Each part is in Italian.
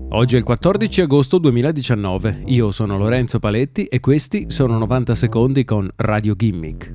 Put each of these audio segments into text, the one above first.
Oggi è il 14 agosto 2019, io sono Lorenzo Paletti e questi sono 90 secondi con Radio Gimmick.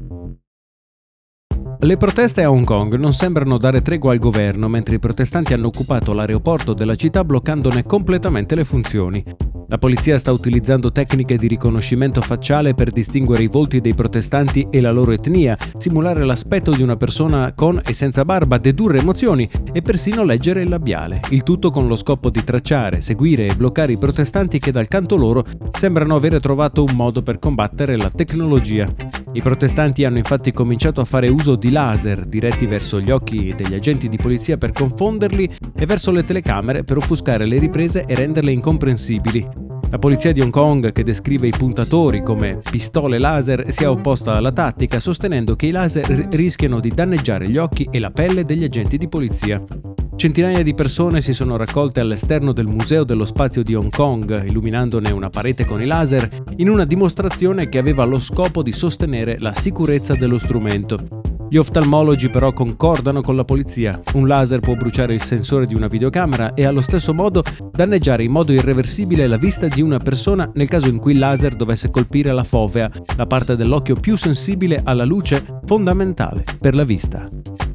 Le proteste a Hong Kong non sembrano dare tregua al governo, mentre i protestanti hanno occupato l'aeroporto della città bloccandone completamente le funzioni. La polizia sta utilizzando tecniche di riconoscimento facciale per distinguere i volti dei protestanti e la loro etnia, simulare l'aspetto di una persona con e senza barba, dedurre emozioni e persino leggere il labiale. Il tutto con lo scopo di tracciare, seguire e bloccare i protestanti che dal canto loro sembrano avere trovato un modo per combattere la tecnologia. I protestanti hanno infatti cominciato a fare uso di laser diretti verso gli occhi degli agenti di polizia per confonderli e verso le telecamere per offuscare le riprese e renderle incomprensibili. La polizia di Hong Kong, che descrive i puntatori come pistole laser, si è opposta alla tattica, sostenendo che i laser rischiano di danneggiare gli occhi e la pelle degli agenti di polizia. Centinaia di persone si sono raccolte all'esterno del Museo dello Spazio di Hong Kong, illuminandone una parete con i laser, in una dimostrazione che aveva lo scopo di sostenere la sicurezza dello strumento. Gli oftalmologi però concordano con la polizia. Un laser può bruciare il sensore di una videocamera e allo stesso modo danneggiare in modo irreversibile la vista di una persona nel caso in cui il laser dovesse colpire la fovea, la parte dell'occhio più sensibile alla luce, fondamentale per la vista.